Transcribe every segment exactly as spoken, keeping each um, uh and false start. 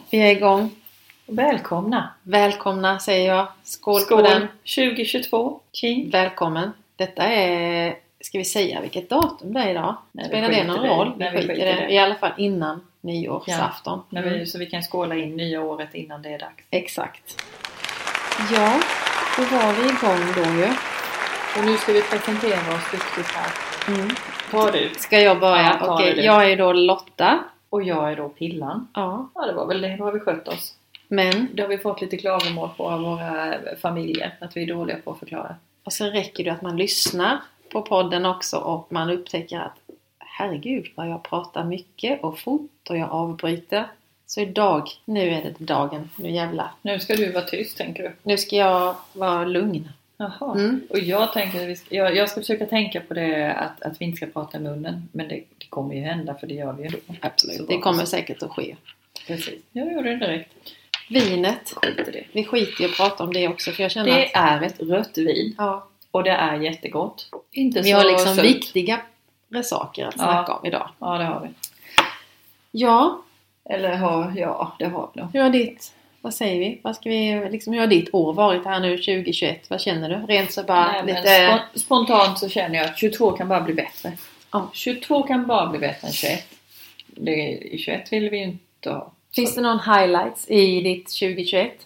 vi är igång. Välkomna. Välkomna säger jag. Skål, Skål på den. tjugo tjugotvå. King. Välkommen. Detta är, ska vi säga vilket datum det är idag? Nej, Spelar det någon roll? Vi Nej, skiter skiter det. det. I alla fall innan nyårsafton. Ja, mm. vi, så vi kan skåla in nya året innan det är dags. Exakt. Ja, då var vi igång då ju. Och nu ska vi presentera oss duktigt här. Mm. Ta du. Ska jag börja? Ja, Okej, jag är då Lotta. Och jag är då Pillan. Ja. Ja, det var väl det. Då har vi skött oss. Men. Då har vi fått lite klagomål på våra familjer. Att vi är dåliga på att förklara. Och så räcker det att man lyssnar på podden också. Och man upptäcker att herregud vad jag pratar mycket och fort. Och jag avbryter. Så idag, nu är det dagen. Nu jävlar. Nu ska du vara tyst, tänker du. Nu ska jag vara lugn. Jaha. Mm. Och jag tänker att vi ska, jag, jag ska försöka tänka på det att, att vi inte ska prata i munnen. Men det, det kommer ju hända, för det gör vi ju då. Absolut, det kommer säkert att ske. Precis, jag gjorde det direkt. Vinet, skiter det. Vi skiter ju att prata om det också, för jag känner det att... är ett rött vin. Ja. Och det är jättegott. Inte vi så har liksom sött. viktiga saker att snacka ja. om idag. Ja, det har vi. Ja. Eller har, ja, det har vi nog. Hur har ditt, vad säger vi? Vad ska vi liksom, hur har ditt år varit här nu tjugo tjugoett? Vad känner du? Rent så bara Nej, lite... Spontant så känner jag att tjugotvå kan bara bli bättre. Ja. tjugotvå kan bara bli bättre än tjugoett. Det, i tjugoett vill vi ju inte ha. Finns det någon highlights i ditt tjugo tjugoett?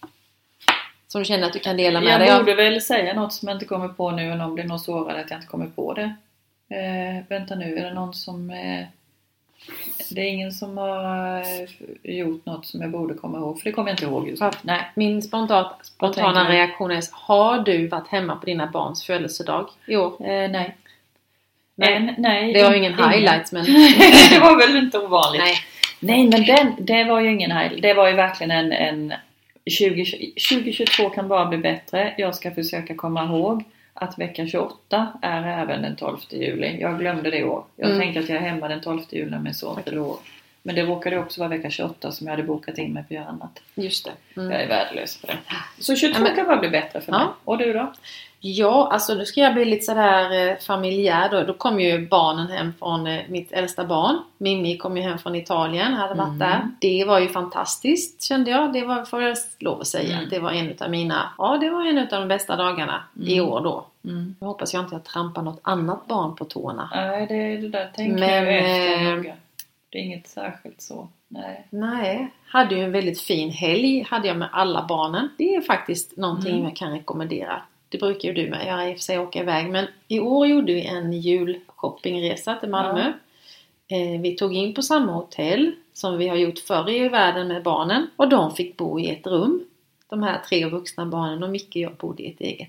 Som du känner att du kan dela med jag dig av? Jag borde väl säga något som jag inte kommer på nu. Och om det är någon svårare att jag inte kommer på det. Eh, vänta nu, är det någon som... Eh, det är ingen som har gjort något som jag borde komma ihåg. För det kommer jag inte ihåg just nu. Nej. Min spontant, spontana reaktion är: har du varit hemma på dina barns födelsedag i år? Eh, nej. Nej. En, nej. Det var ju ingen highlights, men... det var väl inte ovanligt. Nej, nej men den, det var ju ingen highlight. Det var ju verkligen en... en tjugo tjugotvå kan bara bli bättre. Jag ska försöka komma ihåg att vecka tjugoåtta är även den tolfte juli. Jag glömde det i år. Jag mm. tänkte att jag är hemma den tolfte juli med så för år. Men det råkade också vara vecka tjugoåtta som jag hade bokat in mig för att göra annat. Just det. Mm. Jag är värdelös för det. Så tjugotvå ja, men... kan bara bli bättre för ja. mig. Och du då? Ja, alltså nu ska jag bli lite sådär eh, familjär då. Då kom ju barnen hem från eh, mitt äldsta barn. Mimmi kom ju hem från Italien, hade varit mm. där. Det var ju fantastiskt, kände jag. Det var, får jag lov att säga. Mm. Det var en av mina, ja det var en av de bästa dagarna mm. i år då. Mm. Jag hoppas jag inte jag trampar något annat barn på tårna. Nej, det, det där tänker Men, jag efter noga. Det är inget särskilt så. Nej. Nej, hade ju en väldigt fin helg. Hade jag med alla barnen. Det är faktiskt någonting mm. jag kan rekommendera. Det brukar ju du med göra i och för sig, åka iväg. Men i år gjorde vi en julshoppingresa till Malmö. Ja. Eh, vi tog in på samma hotell som vi har gjort förr i världen med barnen. Och de fick bo i ett rum. De här tre vuxna barnen och Micke och jag bodde i ett eget.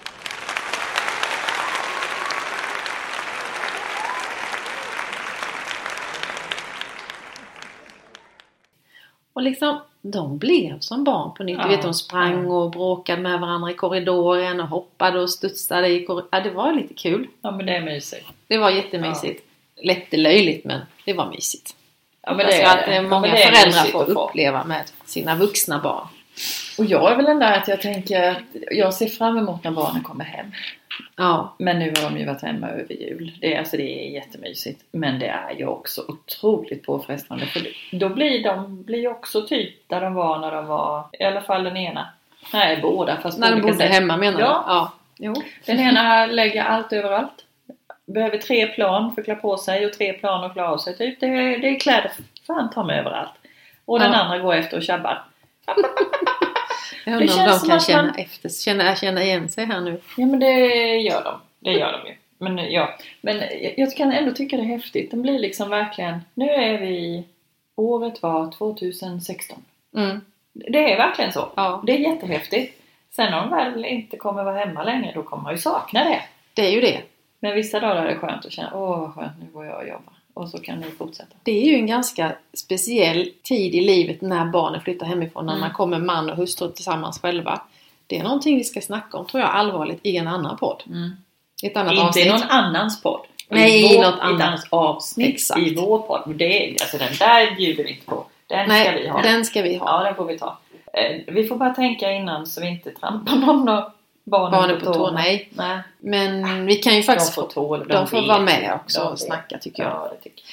Och liksom, de blev som barn på nytt. Ja, du vet, de sprang ja. och bråkade med varandra i korridoren och hoppade och studsade i korridoren. Ja, det var lite kul. Ja, men det är mysigt. Det var jättemysigt. Ja. Lättelöjligt, men det var mysigt. Ja, men det är att det. många ja, det är föräldrar får uppleva med sina vuxna barn. Och jag är väl den där att jag tänker att jag ser fram emot när barnen kommer hem. Ja. Men nu har de ju varit hemma över jul. Det är, alltså, det är jättemysigt. Men det är ju också otroligt påfrestande. För då blir de blir också typ där de var när de var, i alla fall den ena. Nej, båda. Fast när de bodde sätt. hemma menar ja. du? Ja. Jo. Den ena lägger allt överallt. Behöver tre plan för att klä på sig och tre plan att klä av sig. Typ. Det, är, det är kläder fan ta med överallt. Och den ja. andra går efter och tjabbar. Jag undrar om de kan känna, man... efter, känna, känna igen sig här nu. Ja, men det gör de. Det gör de ju. Men, ja. men jag kan ändå tycka det är häftigt. Den blir liksom verkligen... Nu är vi... Året var tjugohundrasexton. Mm. Det är verkligen så. Ja. Det är jättehäftigt. Sen om de väl inte kommer vara hemma längre, då kommer man ju sakna det. Det är ju det. Men vissa dagar är det skönt att känna, åh vad skönt, nu går jag och jobbar. Och så kan ni fortsätta. Det är ju en ganska speciell tid i livet när barnen flyttar hemifrån. När mm. man kommer man och hustru tillsammans själva. Det är någonting vi ska snacka om, tror jag, allvarligt i en annan podd. Mm. Ett annat inte avsnitt. Inte någon annans podd. Nej, i vår, något annat. annat avsnitt. Exakt. I vår podd. Det är, alltså den där bjuder vi inte på. Den Nej, ska vi ha. den ska vi ha. Ja, den får vi ta. Eh, vi får bara tänka innan så vi inte trampar någon och barnen, barnen på, på tå. Nej. Nej. Men vi kan ju faktiskt... De får, tål, de de får vara med de också och snacka, tycker jag. Ja, det tycker jag.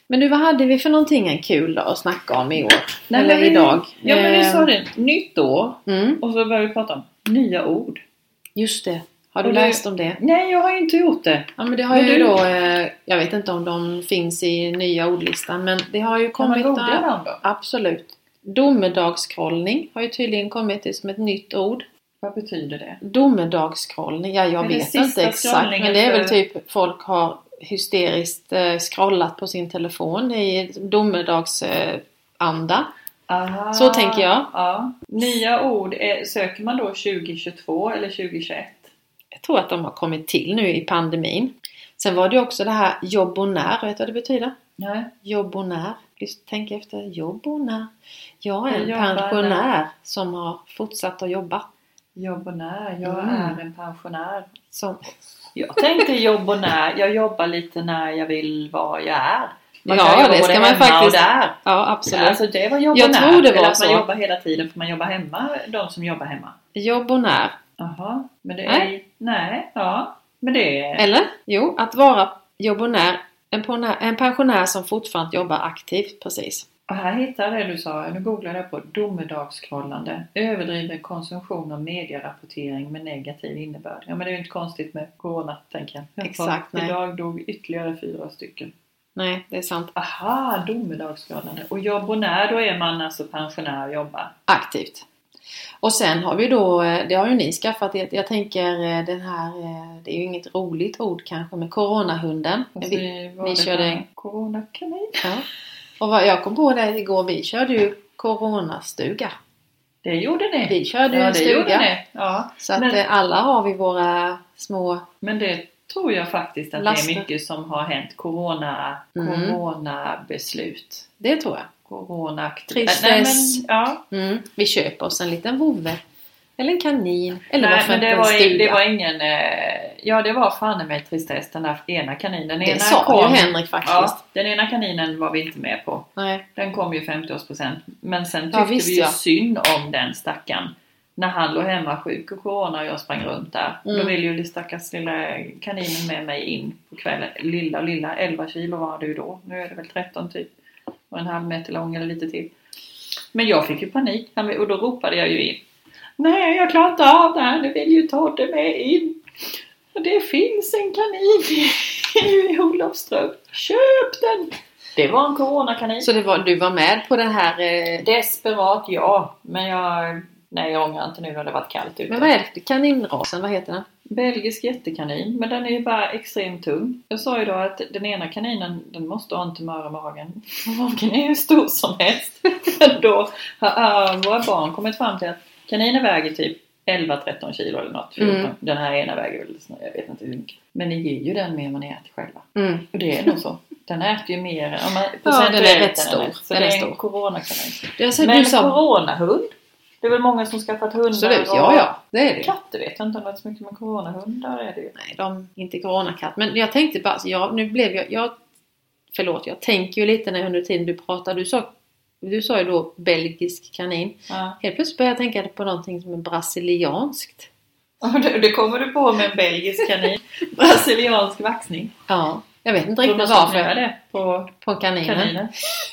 Men du, vad hade vi för någonting en kul då att snacka om i år? Nej, Eller men vi, idag? Ja, men vi sa det. Nytt år. Mm. Och så började vi prata om nya ord. Just det. Har du Och läst det, om det? Nej, jag har inte gjort det. Ja, men det har Men ju du, då, eh, jag vet inte om de finns i nya ordlistan, men det har ju kan man kommit googla dem då? Absolut. Domedagsskrollning har ju tydligen kommit som ett nytt ord. Vad betyder det? Domedagsskrollning, ja jag Är det vet sista inte exakt, scrollningen men det är väl för- typ folk har hysteriskt eh, scrollat på sin telefon i domedagsanda. Eh, anda. Aha, Så tänker jag. Ja. Nya ord, är, söker man då tjugohundratjugotvå eller tjugohundratjugoett? Jag tror att de har kommit till nu i pandemin. Sen var det också det här jobb och när, vet du vad det betyder? Nej. Jobb och när. Tänk efter, jobb och när. Jag är en Jag jobbar pensionär när. som har fortsatt att jobba. Jobb och när, jag Mm. är en pensionär. Som, Jag tänkte jobb och när, jag jobbar lite när jag vill vad jag är. Man Ja, kan jobba det ska både man hemma faktiskt- och där. ja, absolut. Alltså det var jobb Jag och när. tror det var Eller att så. man jobbar hela tiden för man jobbar hemma, de som jobbar hemma. Jobb och när. Jaha, men det är... Nej. Nej, ja. Men det är... Eller? Jo, att vara jobb och när. En, pensionär, en pensionär som fortfarande jobbar aktivt, precis. Och här hittar jag det du sa, nu googlar jag på domedagsskrollande. Överdriven konsumtion av medierapportering med negativ innebörd. Ja men det är ju inte konstigt med corona, tänker jag. Exakt, nej. Idag dog ytterligare fyra stycken. Nej, det är sant. Aha, domedagsskrollande. Och jobb och när, då är man alltså pensionär och jobbar. Aktivt. Och sen har vi då, det har ju ni skaffat, jag, jag tänker den här, det är ju inget roligt ord kanske, med coronahunden. Alltså, vi, var vi det körde en coronakanin. Ja. Och vad jag kom på det igår, vi körde ju coronastuga. Det gjorde ni. Vi körde ju ja, en det stuga. gjorde ni. Ja. Så att Men- eh, alla har vi våra små... Men det tror jag faktiskt att Laster. det är mycket som har hänt. Corona, Mm. coronabeslut. Det tror jag. Coronaaktigt. Tristess. Nej, men, ja. Mm. Vi köper oss en liten vovve. Eller en kanin. Eller Nej, varför men det inte en var, stuga. det var ingen... Eh, ja, det var fan med tristess, den där ena kaninen. Den Det ena sa kom, ju Henrik faktiskt. Ja, den ena kaninen var vi inte med på. Nej. Den kom ju femtio-årspresent. Men sen Ja, tyckte visst, vi ju ja. synd om den stackaren. När han låg hemma sjuk och corona och jag sprang runt där. Mm. Då ville ju det stackars lilla kaninen med mig in på kvällen. Lilla, lilla, elva kilo var det ju då. Nu är det väl tretton typ. Och en halv meter lång eller lite till. Men jag fick ju panik. Och då ropade jag ju in. Nej, jag klarar inte av det här. Nu vill ju ta det med in. Och det finns en kanin i Olofström. Köp den! Det var en coronakanin. Så det var, du var med på den här... Eh... Desperat, ja. Men jag... Nej, jag ångrar inte nu när det varit kallt ute. Men vad är det? Kaninrasen, vad heter den? Belgisk jättekanin. Men den är ju bara extremt tung. Jag sa ju då att den ena kaninen, den måste ha en tumör i magen. Magen är ju stor som helst. Då har uh, våra barn kommit fram till att kaniner väger typ elva tretton kilo eller något. Mm. Den här ena väger väl, jag vet inte hur mycket. Men ni ger ju den mer än vad ni äter själva. Mm. Och det är nog så. Den äter ju mer än... Om man, Ja, den är rätt den stor. Så Den det är är en stor. coronakanin. Jag sa, Men du sa... coronahund? Det är väl många som skaffat hundar? Absolut, och- ja ja. Det är det ju. Katter vet jag inte om det är så mycket med coronahundar är det ju. Nej, de inte coronakatt. Men jag tänkte bara, alltså, jag, nu blev jag, jag... Förlåt, jag tänker ju lite när under tiden du pratade. Du sa, du sa ju då belgisk kanin. Ja. Helt plötsligt började jag tänka på någonting som är brasilianskt. Och det, det kommer du på med en belgisk kanin. Brasiliansk vaxning. Ja, jag vet inte Tror riktigt man ska varför. göra det på På kaninen. kaninen.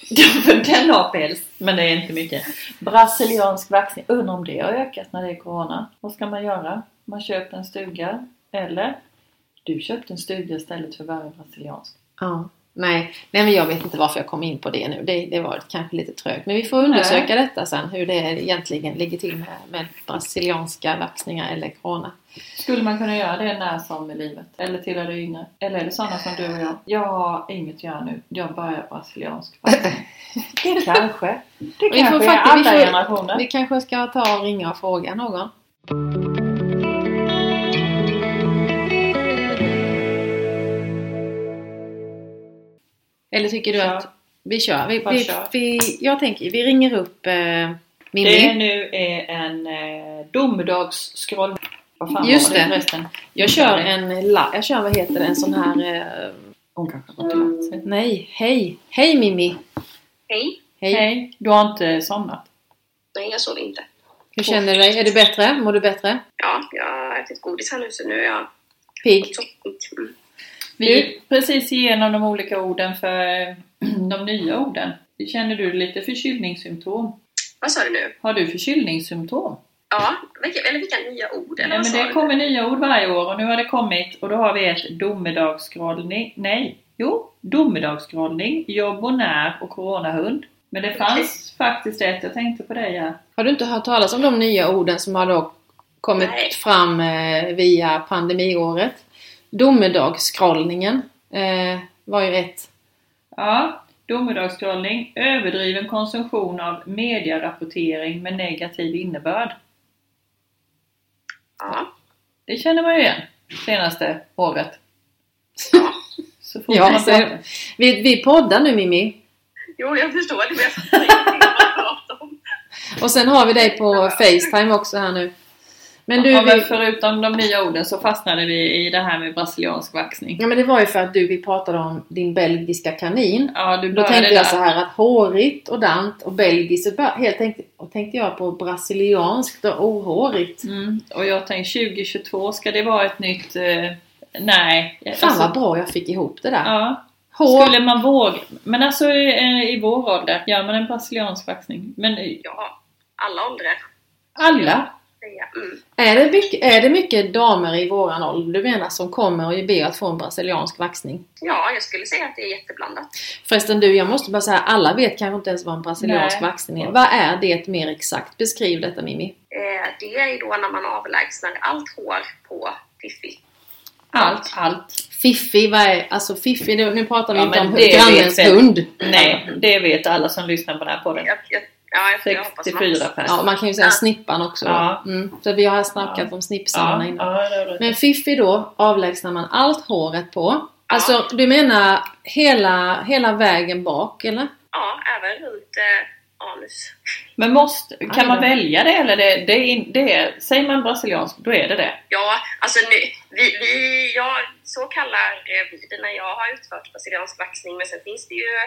Den har päls, men det är inte mycket. Brasiliansk vaxning. Undrar om det har ökat när det är corona. Vad ska man göra? Man köper en stuga. Eller? Du köpte en stuga istället för varje brasiliansk. Ja. Nej, nej, men jag vet inte varför jag kom in på det nu. Det, det var kanske lite trögt. Men vi får undersöka Nej. detta sen. Hur det egentligen ligger till med, med brasilianska vaxningar eller corona. Skulle man kunna göra det när som i livet? Eller tillhör du yngre? Eller är det sådana som du och jag? Jag har inget att göra nu. Jag börjar brasiliansk vaxning. Det kanske. Det Vi kanske får är faktiskt- alla vi får- generationer. Vi kanske ska ta och ringa och fråga någon. Eller tycker du Kör. att vi kör? Vi, Bara vi, kör. vi, jag tänker, vi ringer upp eh, Mimmi. Det nu är en eh, domedagsskroll. Vad fan Just var det det. förresten? Jag kör en, la, jag kör, vad heter det, en sån här... Eh, Hon kanske har inte lagt sig. nej, hej. Hej Mimmi. Hej. Hej. Hej, du har inte somnat? Nej, jag sov inte. Hur känner du dig? Är du bättre? Mår du bättre? Ja, jag har ätit godis här nu så nu är jag Pigg? så fint. Mm. Vi gick precis igenom de olika orden för de nya orden. Känner du lite förkylningssymptom? Vad sa du nu? Har du förkylningssymptom? Ja, vilka, eller vilka nya ord? Eller Nej, vad men sa det du? kommer nya ord varje år och nu har det kommit och då har vi ett domedagsskrollning. Nej, jo, domedagsskrollning, jobb och när och coronahund. Men det fanns faktiskt ett, jag tänkte på det ja. Har du inte hört talas om de nya orden som har då kommit Nej. fram eh, via pandemiåret? Domedagsskrollningen eh, var ju ett. Ja, domedagsskrollning, överdriven konsumtion av medierapportering med negativ innebörd. Ja. Det känner man ju igen senaste året. Ja. Så fort Ja, man så, pratar. vi, vi poddar nu Mimmi. Jo, jag förstår det, men jag fattar inte vad jag pratar om. Och sen har vi dig på FaceTime också här nu. Men du, Ja, men vi, förutom de nya orden så fastnade vi i det här med brasiliansk vaxning. ja men det var ju för att du, vi pratade om din belgiska kanin. Ja, du Då började tänkte jag där. så här att hårigt och dant och belgiskt, så bara- helt tänkte, och tänkte jag på brasilianskt och ohårigt. Mm. Och jag tänkte tjugo tjugotvå ska det vara ett nytt... Eh, nej. Fan Alltså, vad bra jag fick ihop det där. ja. Hår, Skulle man våga... Men alltså i, i vår ålder gör man en brasiliansk vaxning. Men eh, Ja, alla åldrar. alla? Mm. är, det mycket, är det mycket damer i våran ålder du menar som kommer och ber att få en brasiliansk vaxning? Ja, jag skulle säga att det är jätteblandat. Förresten du, jag måste bara säga, alla vet kanske inte ens vad en brasiliansk Nej. vaxning är. Vad är det mer exakt? Beskriv detta Mimmi. Eh, det är ju då när man avlägsnar allt hår på Fiffi. Allt, allt. Fiffi, vad är, alltså Fiffi, det- nu pratar vi Ja, inte men om det grannens vet vi. hund. Nej, det vet alla som lyssnar på den här podden. Jag, jag, ja, jag, jag hoppas sextiofyra man. pers. Ja, man kan ju säga Ja. snippan också. Ja. Mm. Så vi har snackat Ja. om snippsamlarna Ja, innan. ja, det är rätt. Men Fiffi då avlägsnar man allt håret på. Alltså du menar hela, hela vägen bak eller? Ja, även runt eh, anus. Men måste, kan Aj man då. välja det eller det, det, är, in- det är, säger man brasiliansk, då är det det. Ja, alltså nu, vi, vi, jag, så kallar eh, vi det när jag har utfört brasiliansk vaxning, men sen finns det ju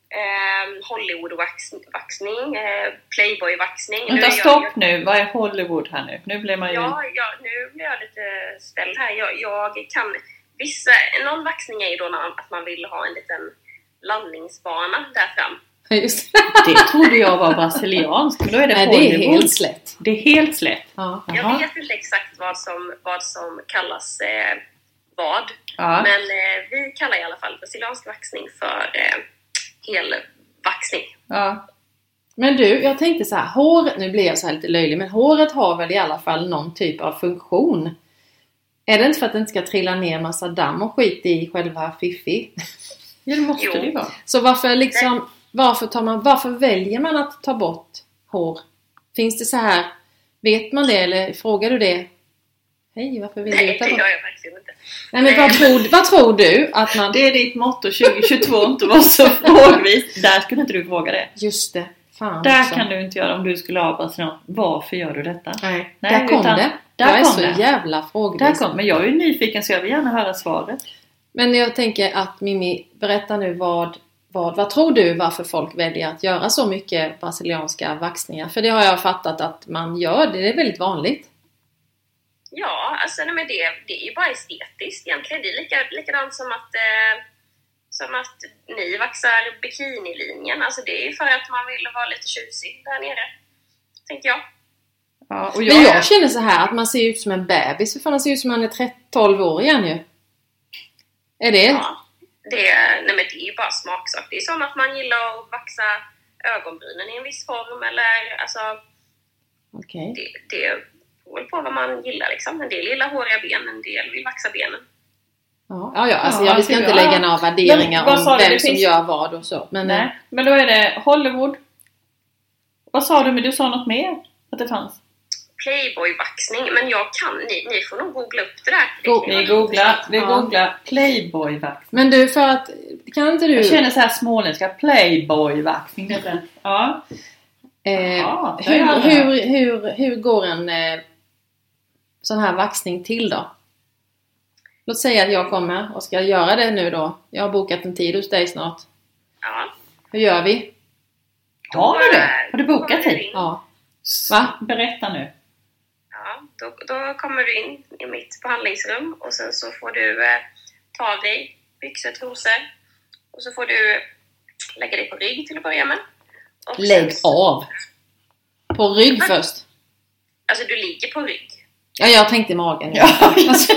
eh, Hollywood-vaxning, eh, Playboy-vaxning. Nu Vänta, är jag- stopp nu. Vad är Hollywood här nu? Nu blir man ju... Ja, ja, nu blir jag lite ställd här. Jag, jag kan... Vissa, någon vaxning är ju då när, att man vill ha en liten landningsbana där fram. Just. Det trodde jag var brasiliansk, men då är det Nej, det är Hollywood. helt slätt. Det är helt slätt. Ja. Jag Jaha. vet inte exakt vad som, vad som kallas eh, vad. Ja. Men eh, vi kallar i alla fall brasiliansk vaxning för eh, helvaxning. Ja. Men du, jag tänkte så här, håret, nu blir jag så här lite löjlig, men håret har väl i alla fall någon typ av funktion. Är det inte för att det inte ska trilla ner massa damm och skit i själva Fiffi? Ja, det måste Jo. det ju vara. Så varför liksom, varför tar man, varför väljer man att ta bort hår? Finns det så här, vet man det eller frågar du det? Hej, varför vill du Nej, ta det bort? gör jag verkligen inte. Nej, men vad tror, vad tror du att man... Det är ditt motto tjugo tjugotvå, inte vara så frågvis. Där skulle inte du fråga det. Just det, fan Där också. kan du inte göra om du skulle ha brasiliansk. Varför gör du detta? Nej, Nej, där kom utan- det. där jag är kom så det. jävla Där frågvis. kom, men jag är ju nyfiken så jag vill gärna höra svaret. Men jag tänker att Mimmi, berätta nu vad, vad, vad tror du varför folk väljer att göra så mycket brasilianska vaxningar? För det har jag fattat att man gör, det är väldigt vanligt. Ja, alltså nej, men det, det är ju bara estetiskt egentligen. Det är lika, likadant som att, eh, som att ni vaxar bikinilinjen. Alltså det är ju för att man vill vara lite tjusig där nere, tänker jag. Ja, och Men jag känner så här att man ser ut som en bebis, för fan man ser ut som man är tretton tolv år igen ju. Är det? Ja, det, nej, men det är ju bara smaksak. Det är som att man gillar att vaxa ögonbrynen i en viss form. Eller, alltså, Okej. det, det beror väl på vad man gillar. Liksom. En del gillar håriga ben, en del vill vaxa benen. Ja, ja, ja, alltså Ja, jag, vi ska alltså, inte ja. lägga några värderingar Men vad sa om du, vem det som finns- gör vad och så. Men, Nej, men då är det Hollywood. Vad sa du? Men du sa något mer? Att det fanns? Playboy-vaxning, men jag kan, ni, ni får nog googla upp det där. Go- Det är Vi googlar, vi Ja. googlar Playboy-vaxning. men du, för att, kan inte du... Jag känner så här småländska Playboy-vaxning. det är det. Ja. Eh, Jaha, det hur, är det. hur, hur, hur går en eh, sån här vaxning till då? Låt säga att jag kommer och ska göra det nu då. Jag har bokat en tid hos dig snart. Ja. Hur gör vi? Har du det? Har du Då bokat kommer du tid? in. Ja. Va? Berätta nu. Ja, då, då kommer du in i mitt behandlingsrum och sen så får du eh, ta dig byxor, trosor. Och så får du lägga dig på rygg till att börja med. Och Lägg sen, av! På rygg först. Alltså du ligger på rygg. Ja, jag tänkte magen. Ja.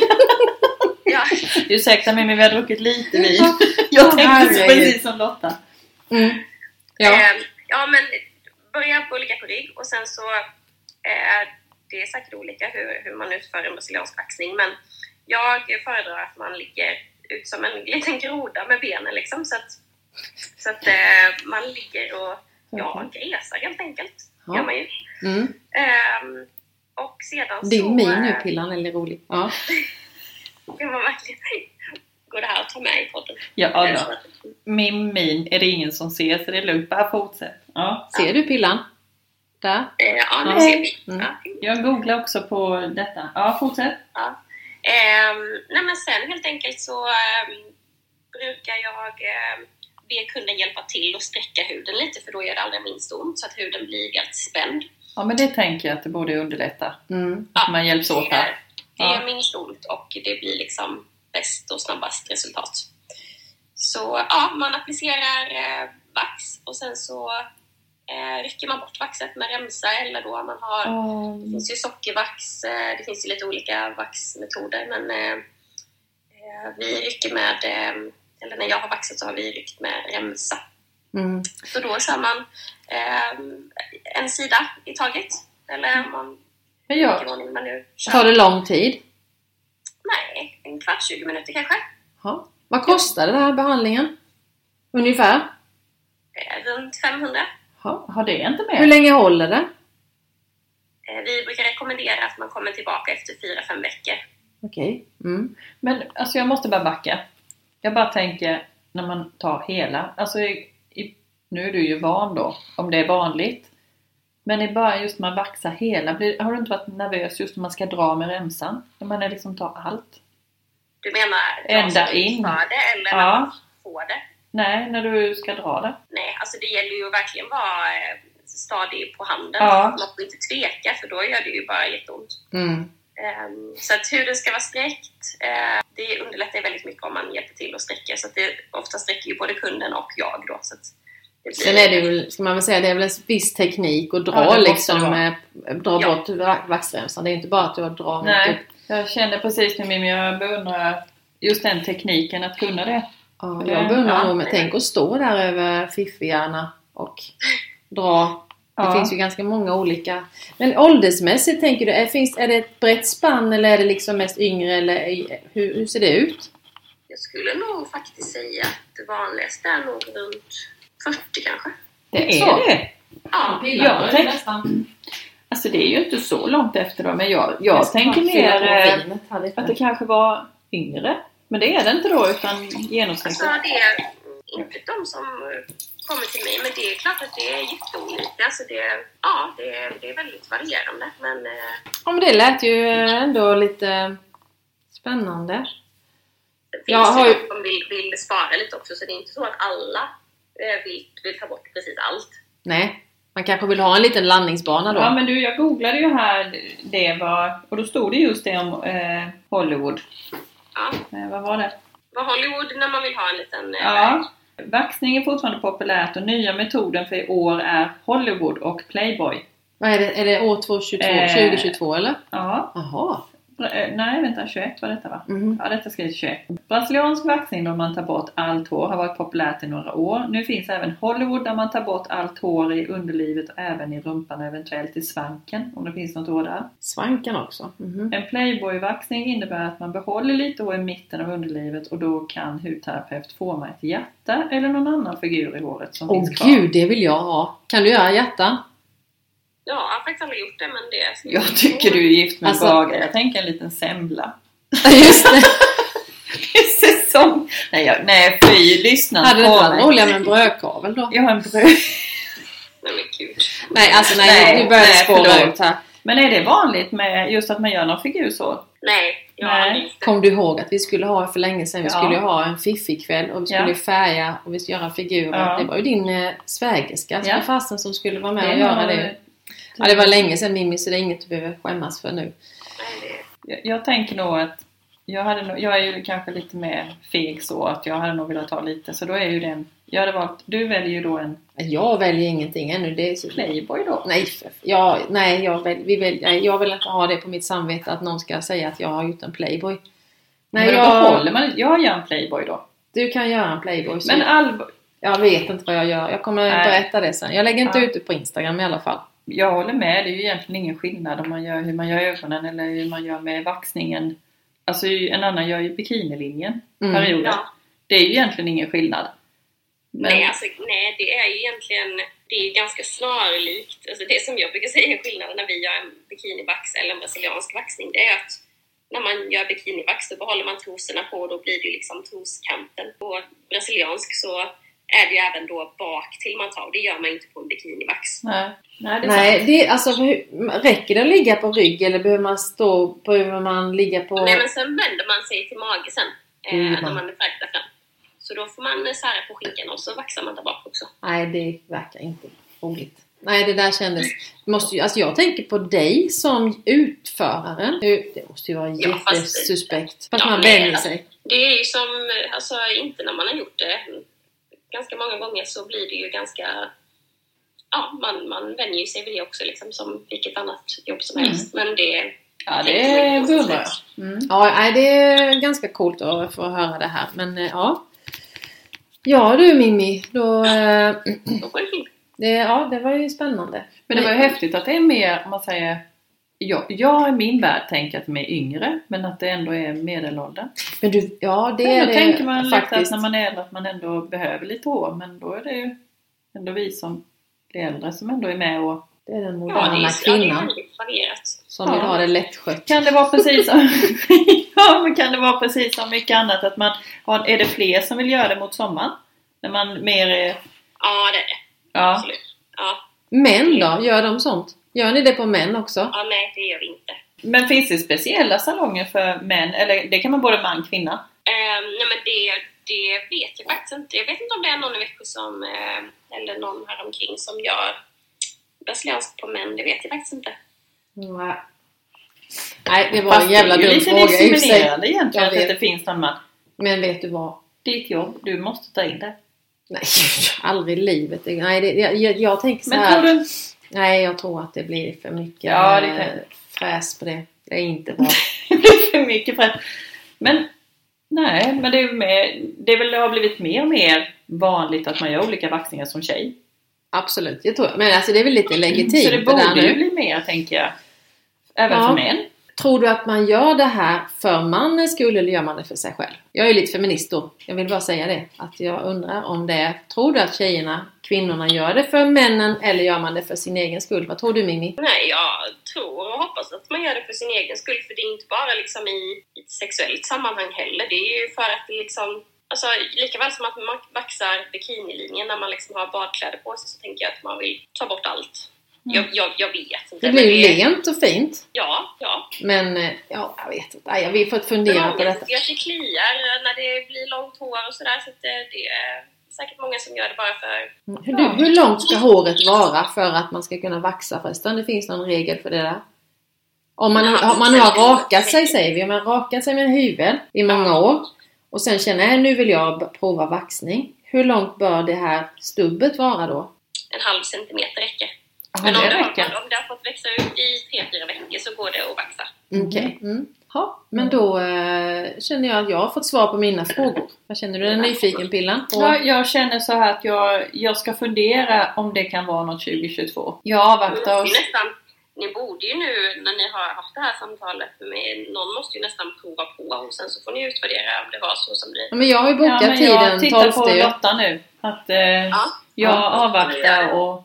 Ja. Ursäkta mig, men vi har druckit lite vin. Jag tänkte Herregud. precis som Lotta. Mm. Ja. Eh, ja, men börja på att ligga på rygg och sen så eh, det är säkert olika hur, hur man utför en brasiliansk vaxning, men jag föredrar att man ligger ut som en liten groda med benen liksom, så att, så att eh, man ligger och ja, gräsar helt enkelt. Ja. Gör man ju. Mm. Eh, och sedan Din så... min nu, eh, Pillan, eller rolig. Ja. Det var verkligen... Går det här att ta med i podden? Ja, Eh, då. Min min är det ingen som ser, så det är lugnt. Bara fortsätt. Ja. Ser du Pillan? Där? Eh, ja, nu Ja. ser vi. Mm. Ja. Jag googlar också på detta. Ja, fortsätt. Ja. Ehm, nej men sen helt enkelt så ehm, brukar jag ehm, be kunden hjälpa till och sträcka huden lite, för då gör det allra minst ont så att huden blir helt spänd. Ja, men det tänker jag att det borde underlätta. Mm. Att man hjälps åt det, här. är, det Ja. är minst ont och det blir liksom bäst och snabbast resultat. Så ja, man applicerar eh, vax och sen så eh, rycker man bort vaxet med remsa, eller då man har Mm. det finns ju sockervax, eh, det finns ju lite olika vaxmetoder, men eh, eh, vi rycker med, eh, eller när jag har vaxat så har vi ryckt med remsa. Mm. Så då kör man eh, en sida i taget, eller man, Men jag, vilken ordning man nu kör. Tar det lång tid? Nej, en kvart, tjugo minuter kanske. Ja. Vad kostar den här behandlingen? Ungefär? Eh, runt femhundra. Ja. har det inte Hur med? länge håller det? Eh, vi brukar rekommendera att man kommer tillbaka efter fyra fem veckor. Okej. Mm. Men alltså jag måste bara backa. Jag bara tänker när man tar hela. Alltså i, i, nu är du ju van då, om det är vanligt. Men i bara just man vaxar hela. Blir, har du inte varit nervös just när man ska dra med remsan? När man är liksom tar allt? Du menar Ända som in. utför det eller Ja. när man får det? Nej, när du ska dra det. Nej, alltså det gäller ju verkligen vara eh, stadig på handen. Ja. Man får inte tveka, för då gör det ju bara jätteont. Mm. Um, så att huden ska vara sträckt, uh, det underlättar väldigt mycket om man hjälper till att sträcka. Så att det ofta sträcker ju både kunden och jag då. Så att det blir... Sen är det väl, ska man väl säga, det är väl en viss teknik att dra, Ja, det måste liksom, det vara. med, dra Ja. bort va- vaxremsan. Det är inte bara att du drar Nej, upp. jag känner precis nu, men jag beundrar just den tekniken att kunna det. Ja, Det- jag beundrar ja. nog, men tänk att stå där över fiffigarna och dra. Det Ja. finns ju ganska många olika. Men åldersmässigt tänker du, är, finns, är det ett brett spann eller är det liksom mest yngre, eller hur, hur ser det ut? Jag skulle nog faktiskt säga att det vanligaste är nog runt fyrtio kanske. Det är Så. det. Ja, jag tänk- Alltså det är ju inte så långt efter då, men jag, jag tänker mer eh, att det kanske var yngre. Men det är det inte då, utan genomsnittet. alltså det är inte de som kommer till mig, men det är klart att det är jätteolika. Alltså det, ja, det, är, det är väldigt varierande. Men eh, Ja, men det lät ju ändå lite spännande. det finns Jag har ju ju- de som vill, vill spara lite också, så det är inte så att alla eh, vill, vill ta bort precis allt. Nej, man kanske vill ha en liten landningsbana då. Ja, men du, jag googlade ju här, det var, och då stod det just det om eh, Hollywood. Ja. Eh, vad var det? Vad Hollywood när man vill ha en liten... eh, Ja, vaxning är fortfarande populärt och nya metoden för i år är Hollywood och Playboy. Vad är det? Är det år tjugohundratjugotvå, Eh. tjugohundratjugotvå eller? Ja, Jaha. eh, nej vänta, tjugoett var detta va? Mm. Ja, detta skrivs tjugoett. Brasiliansk vaxning där man tar bort allt hår har varit populärt i några år. Nu finns även Hollywood där man tar bort allt hår i underlivet och även i rumpan och eventuellt i svanken, om det finns något hår där. Svanken också. Mhm. En Playboy-vaxning innebär att man behåller lite hår i mitten av underlivet och då kan hudterapeut forma ett hjärta eller någon annan figur i håret som Åh finns kvar. gud, det vill jag ha. Kan du göra hjärta? Ja, jag har faktiskt aldrig gjort det, men det... Jag tycker du är gift med Alltså- en bagare. Jag tänker en liten semla. Just det. Säsong. Nej, jag, nej fy, lyssna Hade det på inte varit mig. roligare med en brödkavel då? Jag har en bröd. Nej men gud. Nej, alltså nej, Nej, nu börjar det nej, spåra förlåt. ut här. Men är det vanligt med just att man gör någon figur så? Nej, jag Nej. har aldrig gjort det. Kom du ihåg att vi skulle ha för länge sedan, vi Ja. skulle ha en fiffig kväll och vi skulle Ja. färga och vi skulle göra figurer. Ja. Det var ju din eh, svägerska, Ja. ja. fasen som skulle vara med Det och göra var- det. Ja, det var länge sedan Mimmi, så det är inget du behöver skämmas för nu. Nej, det... Jag, jag tänker nog att jag, hade nog, jag är ju kanske lite mer feg så att jag hade nog velat ta lite. Så då är ju den, jag hade valt, du väljer ju då en... Jag väljer ingenting ännu. Det är så... Playboy då? Nej, jag, nej jag, väl, vi väl, jag vill inte ha det på mitt samvete att någon ska säga att jag har gjort en Playboy. Nej, men jag... håller man, jag gör en Playboy då. Du kan göra en Playboy. Så men all... Jag vet inte vad jag gör. Jag kommer nej. berätta det sen. Jag lägger inte ja. ut det på Instagram i alla fall. Jag håller med. Det är ju egentligen ingen skillnad om man gör hur man gör ögonen eller hur man gör med vaxningen. Alltså en annan gör ju bikinilinjen. Mm. Perioder. Ja. Det är ju egentligen ingen skillnad. Men... Nej, alltså, nej, det är ju egentligen det är ju ganska snarlikt. Alltså, det som jag brukar säga är skillnaden när vi gör en bikinivax eller en brasiliansk vaxning. Det är att när man gör bikinivax så behåller man trosorna på och då blir det ju liksom troskanten. På brasiliansk så är det ju även då bak till man tar. Det gör man inte på en bikinivax. Nej, Nej det är Nej, sant. det, alltså, räcker det att ligga på rygg eller behöver man stå, behöver man ligga på... Nej, men sen vänder man sig till mage sen eh, mm. när man är färdig där fram. Så då får man sära på skinkan och så vaxar man där bak också. Nej, det verkar inte roligt. Nej, det där kändes... Måste ju, alltså jag tänker på dig som utföraren. Det måste ju vara ja, jättesuspekt. För att ja, man vänjer sig. Det är ju som... Alltså inte när man har gjort det ganska många gånger så blir det ju ganska... Ja, man, man vänjer sig vid det också liksom som vilket annat jobb som helst. Mm. Men det... Ja, det är bra. Mm. Ja, det är ganska coolt att få höra det här. Men ja... Ja du Mimmi, då... Ja, då var det fint. Det, ja, det var ju spännande. Men det var ju häftigt att det är mer, om man säger... Jag, jag i min värld tänker att de är yngre, men att det ändå är medelålder. Men du, ja det men är då det tänker man faktiskt. Lite att när man är äldre att man ändå behöver lite hår. Men då är det ju ändå vi som blir äldre som ändå är med och... Det är den moderna ja, det är, kvinnan. Ja, det är som ja. vill ha det lättskött. Kan det vara precis som... ja, men kan det vara precis som mycket annat att man har... Är det fler som vill göra det mot sommaren? När man mer är... Ja, det är det. Ja. Absolut. Ja. Män då? Gör de sånt? Gör ni det på män också? Ja, nej, det gör vi inte. Men finns det speciella salonger för män? Eller det kan man både man och kvinna? Um, nej, men det, det vet jag faktiskt inte. Jag vet inte om det är någon i Växjö som... Eh, eller någon här omkring som gör brasiliansk på män. Det vet jag faktiskt inte. Nej. Nej, det var en jävla dum fråga. Det är ju lite diskriminerande egentligen att det finns någon man. Men vet du vad? Ditt jobb, du måste ta in det. Nej, aldrig i livet. Nej, det, jag, jag, jag tänker så men här. Tror du... Nej, jag tror att det blir för mycket ja, det kan... fräs på det. Det är inte bra. Det blir för mycket fräs. Men, nej, men det är, med, det är väl har blivit mer och mer vanligt att man gör olika vaxningar som tjej. Absolut, jag tror. Men alltså det är väl lite legitimt. Så det borde det ju bli mer, tänker jag. Även ja. för män. Tror du att man gör det här för mannens skull eller gör man det för sig själv? Jag är lite feminist då. Jag vill bara säga det. Att jag undrar om det... Tror du att tjejerna, kvinnorna gör det för männen eller gör man det för sin egen skull? Vad tror du Mimmi? Nej, jag tror och hoppas att man gör det för sin egen skull. För det är inte bara liksom i, i ett sexuellt sammanhang heller. Det är ju för att det liksom... Alltså lika väl som att man vaxar bikinilinjen när man liksom har badkläder på sig så tänker jag att man vill ta bort allt. Mm. Jag, jag, jag vet inte. Det blir ju lent och fint. Ja, ja. Men, ja, jag vet inte. Jag vill få fundera på detta. Jag tycker att det kliar när det blir långt hår och sådär. Så att det, det är säkert många som gör det bara för... Hur, ja. hur långt ska håret vara för att man ska kunna vaxa förresten? Det finns någon regel för det där. Om man, ja, man har rakat sig, säger vi. Om man har rakat sig med en hyvel i många år. Och sen känner jag, nu vill jag prova vaxning. Hur långt bör det här stubbet vara då? En halv centimeter räcker. Aha, men om det, har, räcker. om det har fått växa ut i tre fyra veckor så går det att vaxa. Okej. Okay. Mm. Ja, men då äh, känner jag att jag har fått svar på mina frågor. Vad känner du? Den nyfiken Pillan? Ja, jag känner så här att jag, jag ska fundera om det kan vara något tjugo tjugotvå. Jag avvaktar oss. Nästan, ni borde ju nu när ni har haft det här samtalet med någon måste ju nästan prova på och sen så får ni utvärdera om det var så som det. Ja, men jag har ju bokat ja, tiden jag tittar tolfte. På Lotta nu. Att eh, ja. jag ja. avvaktar och...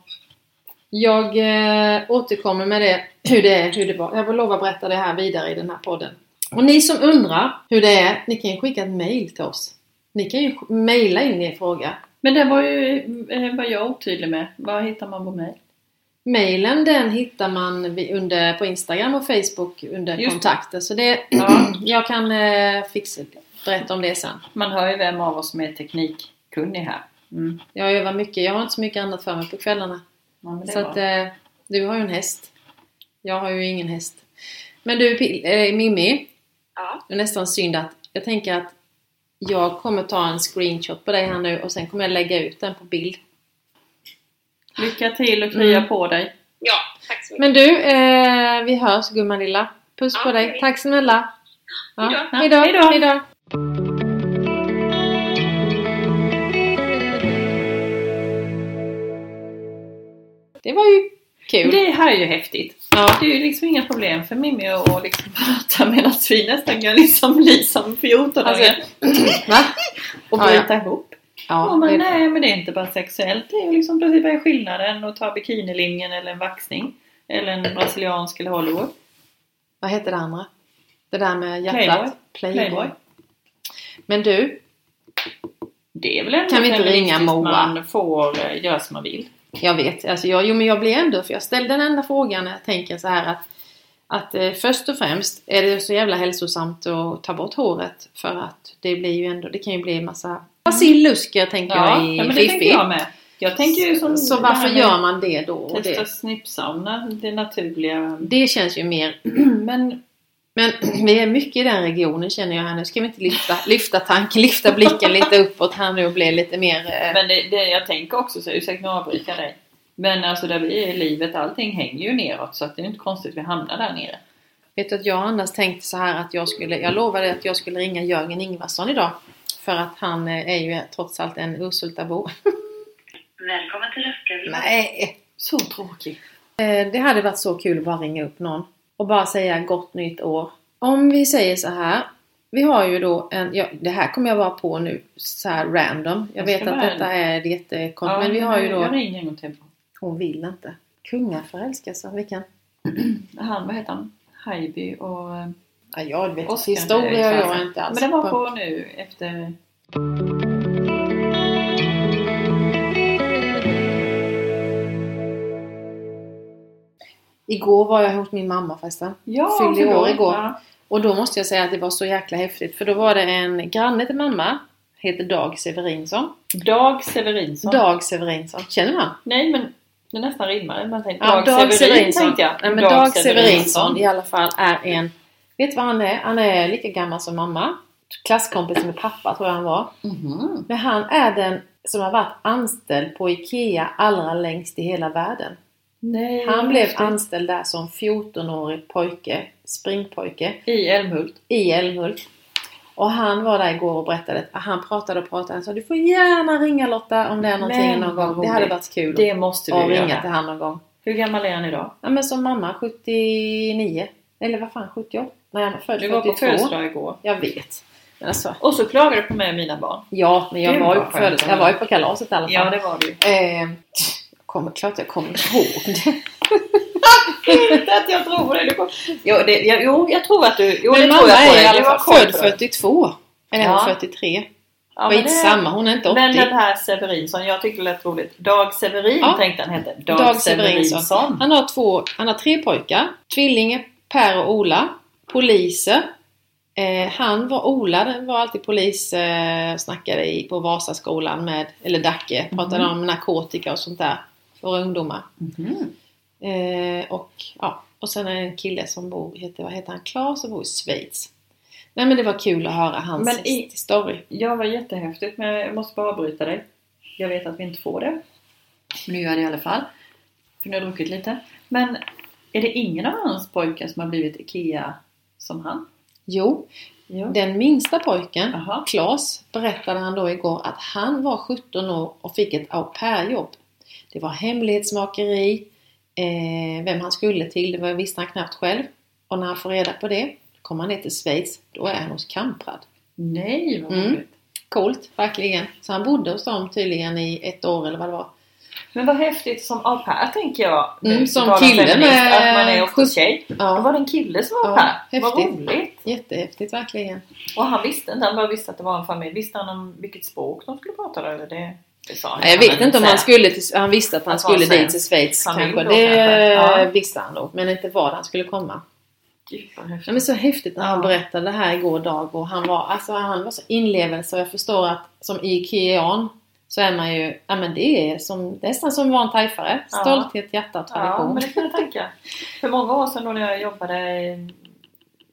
Jag eh, återkommer med det hur, det hur det var. Jag vill lova att berätta det här vidare i den här podden. Och ni som undrar hur det är, ni kan ju skicka ett mail till oss. Ni kan ju mejla in er fråga. Men det var ju eh, var jag otydlig med. Vad hittar man på mail? Mailen den hittar man under, på Instagram och Facebook under Just. kontakter. Så det, ja. jag kan eh, fixa, berätta om det sen. Man hör ju vem av oss som är teknikkunnig här. Mm. Jag övar mycket. Jag har inte så mycket annat för mig på kvällarna. Ja, så att, eh, du har ju en häst. Jag har ju ingen häst. Men du, eh, Mimmi. Ja. Det är nästan synd att jag tänker att jag kommer ta en screenshot på dig här nu och sen kommer jag lägga ut den på bild. Lycka till och krya Mm. på dig. Ja, tack så mycket. Men du, eh, vi hörs gumman lilla. Puss Ja, på dig. hej. Tack snälla. Hejdå. Ja, hejdå. Hejdå. Hejdå. Det var ju kul. Det här är ju häftigt. Ja. Det är ju liksom inga problem för Mimmi att liksom prata medan vi nästan kan liksom bli som fjorton-åringar. Alltså, va? Och Ja, bryta ihop. Ja, Ja, men det, nej, men det är inte bara sexuellt. Det är ju liksom precis vad är skillnaden att ta bikinilinjen eller en vaxning. Eller en brasiliansk eller Hollywood. vad heter det andra? Det där med hjärtat. Playboy. Playboy. Playboy. Men du, Det är väl ändå Kan vi inte ringa feministiskt Moa? man får eh, göra som man vill. jag vet. Alltså jag, jo, men jag blir ändå, för jag ställde den enda frågan när jag tänker så här att, att eh, först och främst är det så jävla hälsosamt att ta bort håret. För att det blir ju ändå, det kan ju bli en massa basillusker tänker Ja, jag i ja men det tänker fiffi. jag med. Jag tänker ju som Så det varför här med gör man det då? Och Testa det, snippsauna, det naturliga. det känns ju mer. Men Men vi är mycket i den regionen känner jag här nu. Ska vi inte lyfta, lyfta tanken, lyfta blicken lite uppåt här nu och bli lite mer... Eh... Men det, det, jag tänker också så, ursäkta att avbryta dig. Men alltså där vi är i livet, allting hänger ju neråt. Så att det är inte konstigt att vi hamnar där nere. Vet du att jag annars tänkte så här att jag skulle... Jag lovade att jag skulle ringa Jörgen Ingvarsson idag. För att han eh, är ju trots allt en Ursultabo. Välkommen till Röstgavin. Nej! Så tråkigt. Eh, det hade varit så kul att bara ringa upp någon. Och bara säga gott nytt år. Om vi säger så här. Vi har ju då en... Ja, det här kommer jag bara på nu. Så här random. Jag Jag vet ska att bara- detta är jättekonstigt. Ja, men vi har ju då... Jag ringer en gång till. Hon vill inte. Kungaförälskelse. Vilken? Han, vad heter han? Haijby och eh, Ja, jag vet. Oscar. Historia jag är inte alls Men det var på nu efter... Igår var jag hos min mamma förresten. Ja, Fyllde förlåt. år igår. Ja. Och då måste jag säga att det var så jäkla häftigt. För då var det en granne till mamma. Heter Dag Severinsson. Dag Severinsson. Dag Severinsson. Känner man? Nej, men det nästan rimmar. Man tänkte, Ja, Dag, Dag Severin Severinsson. tänkte jag. Nej, men Dag, Severinsson i alla fall är en... Vet du vad han är? Han är lika gammal som mamma. Klasskompis med pappa tror jag han var. Mhm. Men han är den som har varit anställd på Ikea allra längst i hela världen. Nej, Han blev häftigt. anställd där som fjorton-årig pojke, springpojke, I Älmhult. i Älmhult. Och han var där igår och berättade, han pratade och pratade, han sa du får gärna ringa Lotta om det är någonting Men någon vad gång. Det hade roligt. varit kul Det måste att vi ringa göra. till han någon gång. Hur gammal är han idag? Ja men som mamma, sjuttionio. Eller vad fan, sjuttioåtta? Nej, han var född Du var på fyrtiotvå. födelsedag igår. Jag vet. Men alltså, Och så klagade du på mig och mina barn. ja, men jag Gud, var ju vad på skönt. födelsedag. Jag var ju på kalaset i alla fall. Ja, det var du. Eh, jag kommer, klart jag kommer ihåg det. Inte att jag tror det. Du kom... jo, det jag, jo, jag tror att du... Jo, Men det mamma tror jag på är dig. i alla Du fall har koll född på det. fyrtiotvå. Eller Ja. fyrtiotre. Ja, men det- Skitsamma, hon är inte åttio. Men den här Severinsson, jag tyckte det lät roligt. Dag Severin Ja. tänkte han hette. Dag, Dag Severinsson. Severinsson. Han har två, han har tre pojkar. Tvillingar Per och Ola. Poliser. Eh, han var, Ola den var alltid polis, eh, snackade i, på Vasaskolan med, eller Dacke. Pratade Mhm. om narkotika och sånt där. För ungdomar. Mhm. Eh, och ja, och sen är det en kille som bor, heter, vad heter han? Klas och bor i Schweiz. Nej men det var kul att höra hans Men i- story. Ja, var jättehäftigt, men jag måste bara avbryta dig. Jag vet att vi inte får det. Men nu gör jag det i alla fall. För nu har jag druckit lite. Men är det ingen av hans pojkar som har blivit Ikea som han? Jo, Jo. den minsta pojken, Jaha. Klas, berättade han då igår att han var sjutton år och fick ett au pair-jobb. Det var hemlighetsmakeri, eh, vem han skulle till, det var, visste han knappt själv. Och när han får reda på det, kom han ner till Schweiz, då är han hos Kamprad. Nej, vad Mm. roligt. Coolt, verkligen. Så han bodde hos dem tydligen i ett år eller vad det var. Men vad häftigt som au pair, tänker jag. Mm, Nu, som på tal om kille feminist, med Att man är ofta sjut- tjej. Då Ja, var det en kille som var au Ja, pair. Vad häftigt. roligt. jättehäftigt verkligen. Och han visste inte, han bara visste att det var en familj. Visste han om vilket språk de skulle prata då? Eller det, det sa han. Nej, jag vet inte om han skulle... skulle till, han visste att han Att vara skulle sen. dit till Schweiz Familj kanske. då Det kanske. Ja. visste han nog, men inte var han skulle komma. Gud, vad häftigt. Ja, men så häftigt när han Ja. berättade det här igår dag och han var, alltså, han var så inlevelse och jag förstår att som Ikean så är man ju, ja men det är som, nästan som var en tajfare. Ja. Stolthet, hjärta och Ja, tradition. men det kan jag tänka. För många år sedan då när jag jobbade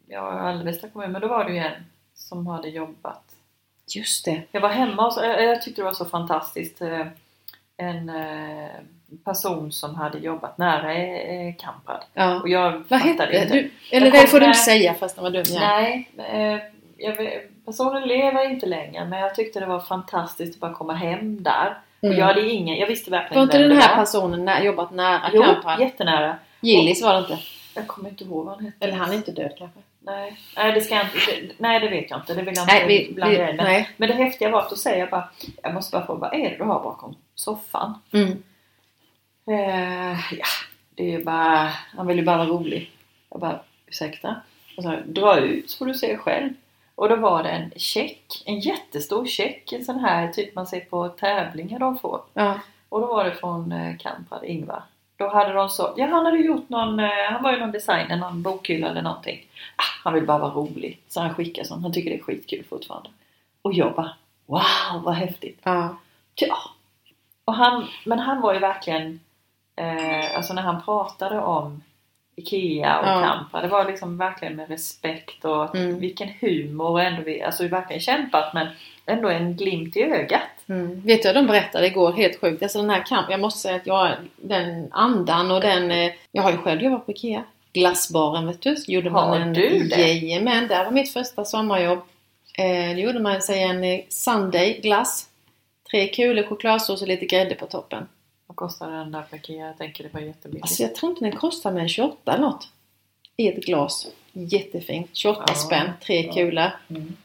ja, Alvesta kommun, men då var det ju en som hade jobbat. Just det. Jag var hemma och så, jag, jag tyckte det var så fantastiskt. En person som hade jobbat nära eh, Kamprad. Ja. Och jag Vad fattade hette inte. du? Eller det får du inte säga fast det var dum. Ja. Nej, eh, jag, personen lever inte längre, men jag tyckte det var fantastiskt att bara komma hem där. Mm. Och jag hade ingen, jag visste verkligen inte. Var inte den här var. personen när, jobbat nära Jo, Kamprad? jättenära. Gillis var det inte. Jag kommer inte ihåg vad han hette. Eller han är inte död kanske. Nej, nej det ska jag inte, det, nej det vet jag inte. Det vill jag Nej, inte vi, blanda vi, in. Men, nej. men det häftiga var att då säger jag bara, jag måste bara fråga, vad är det du har bakom soffan? Mm. Eh, ja, det är ju bara, han vill ju bara vara rolig. Jag bara, ursäkta. Och så här, dra ut så får du se själv. Och då var det en check, en jättestor check, en sån här typ man ser på tävlingar de får. Ja. Och då var det från eh, Kamprad, Ingvar. Då hade de så, ja han hade gjort någon, eh, han var ju någon designer, någon bokhylla eller någonting. Ah, han vill bara vara rolig. Så han skickar sånt, han tycker det är skitkul fortfarande. Och jag bara, wow vad häftigt. Ja. Ja. Och han, men han var ju verkligen, eh, alltså när han pratade om Ikea och ja. Kamprad, det var liksom verkligen med respekt och mm. vilken humor och ändå vi, alltså vi verkligen kämpat men ändå en glimt i ögat. Mm. Vet du vad de berättade igår? Helt sjukt. Alltså den här kamp, jag måste säga att jag, den andan och den, eh, jag har ju själv jobbat på Ikea. Glassbaren vet du, så gjorde har man en du det? Men det var mitt första sommarjobb. Eh, då gjorde man sig en eh, Sunday glass. Tre kulor chokladsås och lite grädde på toppen. Vad kostar den där på Ikea? Jag tänker det var jättebilligt. Alltså jag tror inte den kostar mer än tjugoåtta eller något. I ett glas. Jättefint. tjugoåtta ja. spänn. Tre ja. kulor. Mm.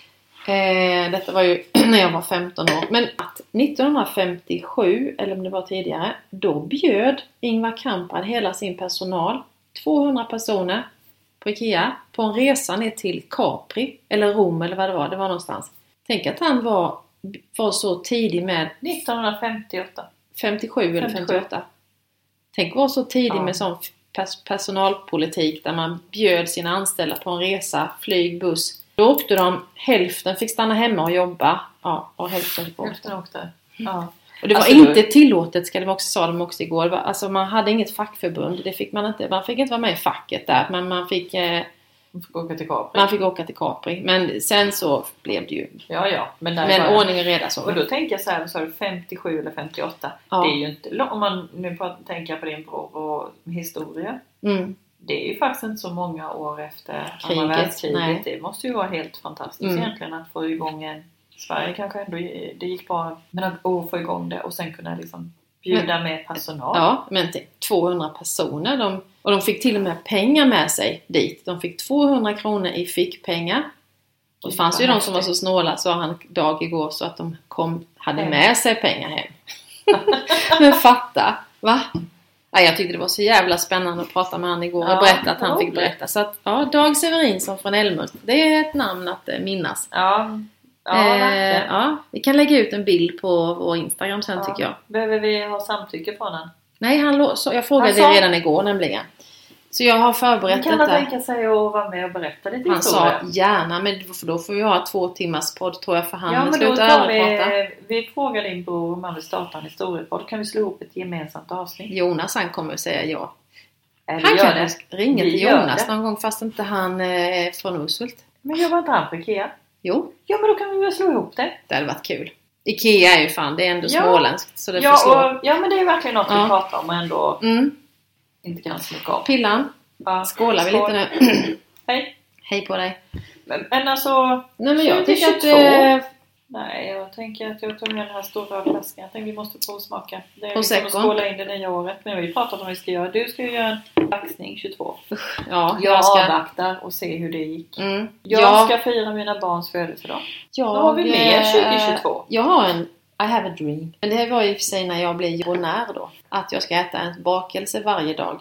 Eh, detta var ju när jag var femton år. Men att nittonhundrafemtiosju, eller om det var tidigare, då bjöd Ingvar Kamprad hela sin personal, tvåhundra personer på Ikea, på en resa ner till Capri, eller Rom eller vad det var, det var någonstans. Tänk att han var, var så tidig med... nittonhundrafemtioåtta. femtiosju eller femtioåtta. Tänk att vara så tidig ja. med sån pers- personalpolitik där man bjöd sina anställda på en resa, flyg, buss. Då åkte de, hälften fick stanna hemma och jobba. Ja, och hälften fick hälften åkte. Ja. Och det var alltså, inte tillåtet, ska de också sa de också igår. Var, alltså man hade inget fackförbund, det fick man inte. Man fick inte vara med i facket där, men man fick, eh, man fick åka till Capri. Man fick åka till Capri. Men sen så blev det ju. Ja, ja. Men, men bara, ordning och reda så. Och då tänker jag så här, så är det femtiosju eller femtioåtta. Ja. Det är ju inte, om man nu tänker på din bror och historia. Mm. Det är ju faktiskt inte så många år efter kriget, andra världskriget. Nej. Det måste ju vara helt fantastiskt mm. egentligen att få igång en Sverige kanske ändå, det gick bra, men att få igång det och sen kunna liksom bjuda men, med personal. Ja, men tvåhundra personer, de, och de fick till och med pengar med sig dit. De fick tvåhundra kronor i fickpengar. Och det fanns ju de som var så snåla, så han dag igår, så att de kom, hade hem. med sig pengar hem. Men fatta, va? Ja, jag tyckte det var så jävla spännande att prata med han igår och ja, berätta att han fick berätta. Så att, ja, Dag Severinsson från Älmhult, det är ett namn att minnas. Ja, ja, eh, ja, vi kan lägga ut en bild på vår Instagram sen ja. tycker jag. Behöver vi ha samtycke från han? Nej, han, så, jag frågade han det redan igår nämligen. Så jag har förberett detta. Kan detta. man tänka sig att vara med och berätta lite han historia? Han sa gärna, men då får vi ha två timmars podd tror jag för han. Ja, men då tar vi, vi frågar din bror om han vill starta en historiepodd. Då kan vi slå ihop ett gemensamt avsnitt. Jonas han kommer att säga ja. Eller han kan det. ringa till Jonas någon gång fast inte han är från Ushult. Men jobbar inte han på Ikea? Jo. Ja, men då kan vi väl slå ihop det. Det hade varit kul. Ikea är ju fan, det är ändå ja. småländskt. Så det ja, och, ja, men det är verkligen något ja. vi pratar om ändå. Mm. Inte kan smaka av. Pillan. Ja. Skålar vi Skål. lite nu. Hej. Hej på dig. Men, men alltså... Nej, men jag tycker att... Eh... Nej, jag tänker att jag tog med den här stora flaskan. Jag tänker vi måste provsmaka. Det är liksom att skåla in det nya året. Men vi pratat om vad vi ska göra. Du ska ju göra en vaxning tjugotvå. Ja, jag, jag ska... avvaktar och se hur det gick. Mm. Jag ja. ska fira mina barns födelsedag. Jag, Vad har vi med tjugohundratjugotvå? Jag har en... I have a dream. Men det var ju för sig när jag blev jordnär då. Att jag ska äta en bakelse varje dag.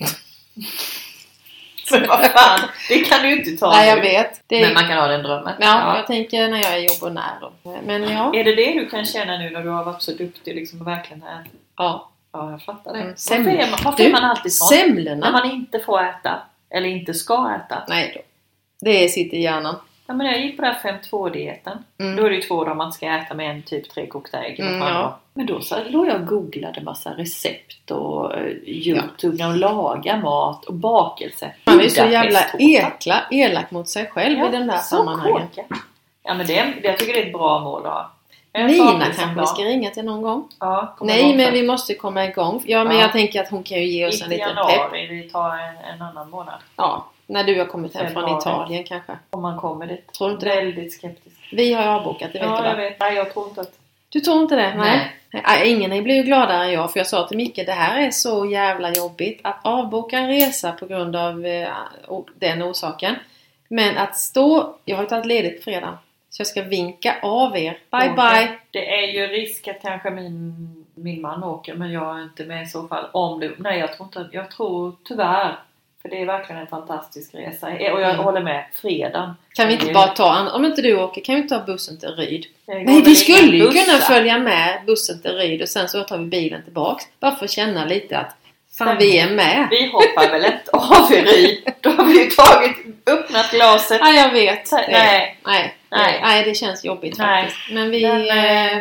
Men vad fan, det kan du inte ta. Nej, jag vet. Det är... Men man kan ha den drömmen. Ja, ja, jag tänker när jag är jordnär då. Men ja. Är det det du kan känna nu när du har varit så duktig liksom och verkligen här? Ja. Ja, jag fattar det. Mm. Varför är man, varför är man alltid sån? Semlorna. När man inte får äta. Eller inte ska äta. Nej då. Det sitter i hjärnan. Ja, men jag gick på den här fem två-dieten. Mm. Då är det ju två dagar man ska äta med en typ tre kokta ägg. Mm, ja. ja. Men då så låg jag och googlade massa recept och uh, YouTube ja. och laga mat och bakelse. Man är så jävla ekla, elak mot sig själv ja, i den där sammanhangen. Kåka. Ja, men det, det, jag tycker det är ett bra mål att ha. Nina kanske vi ska ringa till någon gång. Ja, Nej, men vi måste komma igång. Ja, men ja. jag tänker att hon kan ju ge oss en liten pepp. I januari, vi tar en, en annan månad. Ja, när du har kommit hem från Italien kanske. Om man kommer dit. Tror du inte Väldigt det? skeptisk. Vi har ju avbokat, det vet ja, du. Jag vet. Nej, jag tror inte att... Du tror inte det? Nej. Nej. Nej. Ingen blir ju gladare än jag. För jag sa till Micke, det här är så jävla jobbigt. Att avboka en resa på grund av eh, den orsaken. Men att stå... Jag har ju tagit ledigt på fredag. Så jag ska vinka av er. Bye bye. Det är ju risk att kanske min, min man åker. Men jag är inte med i så fall. Om du, nej, jag tror inte. Jag tror tyvärr. För det är verkligen en fantastisk resa. Och jag mm. håller med. Fredagen. Kan vi inte bara ta... Om inte du åker kan vi ta bussen till Ryd. Nej, vi skulle ju kunna följa med bussen till Ryd. Och sen så tar vi bilen tillbaks. Bara för att känna lite att... Fan, vi är med. Vi hoppar väl inte av i Ryd. Då har vi ju tagit... Öppnat glaset. Ja, jag vet. Nej. Nej. Nej. Nej. Nej, det känns jobbigt Nej. faktiskt. Men vi... Men, eh,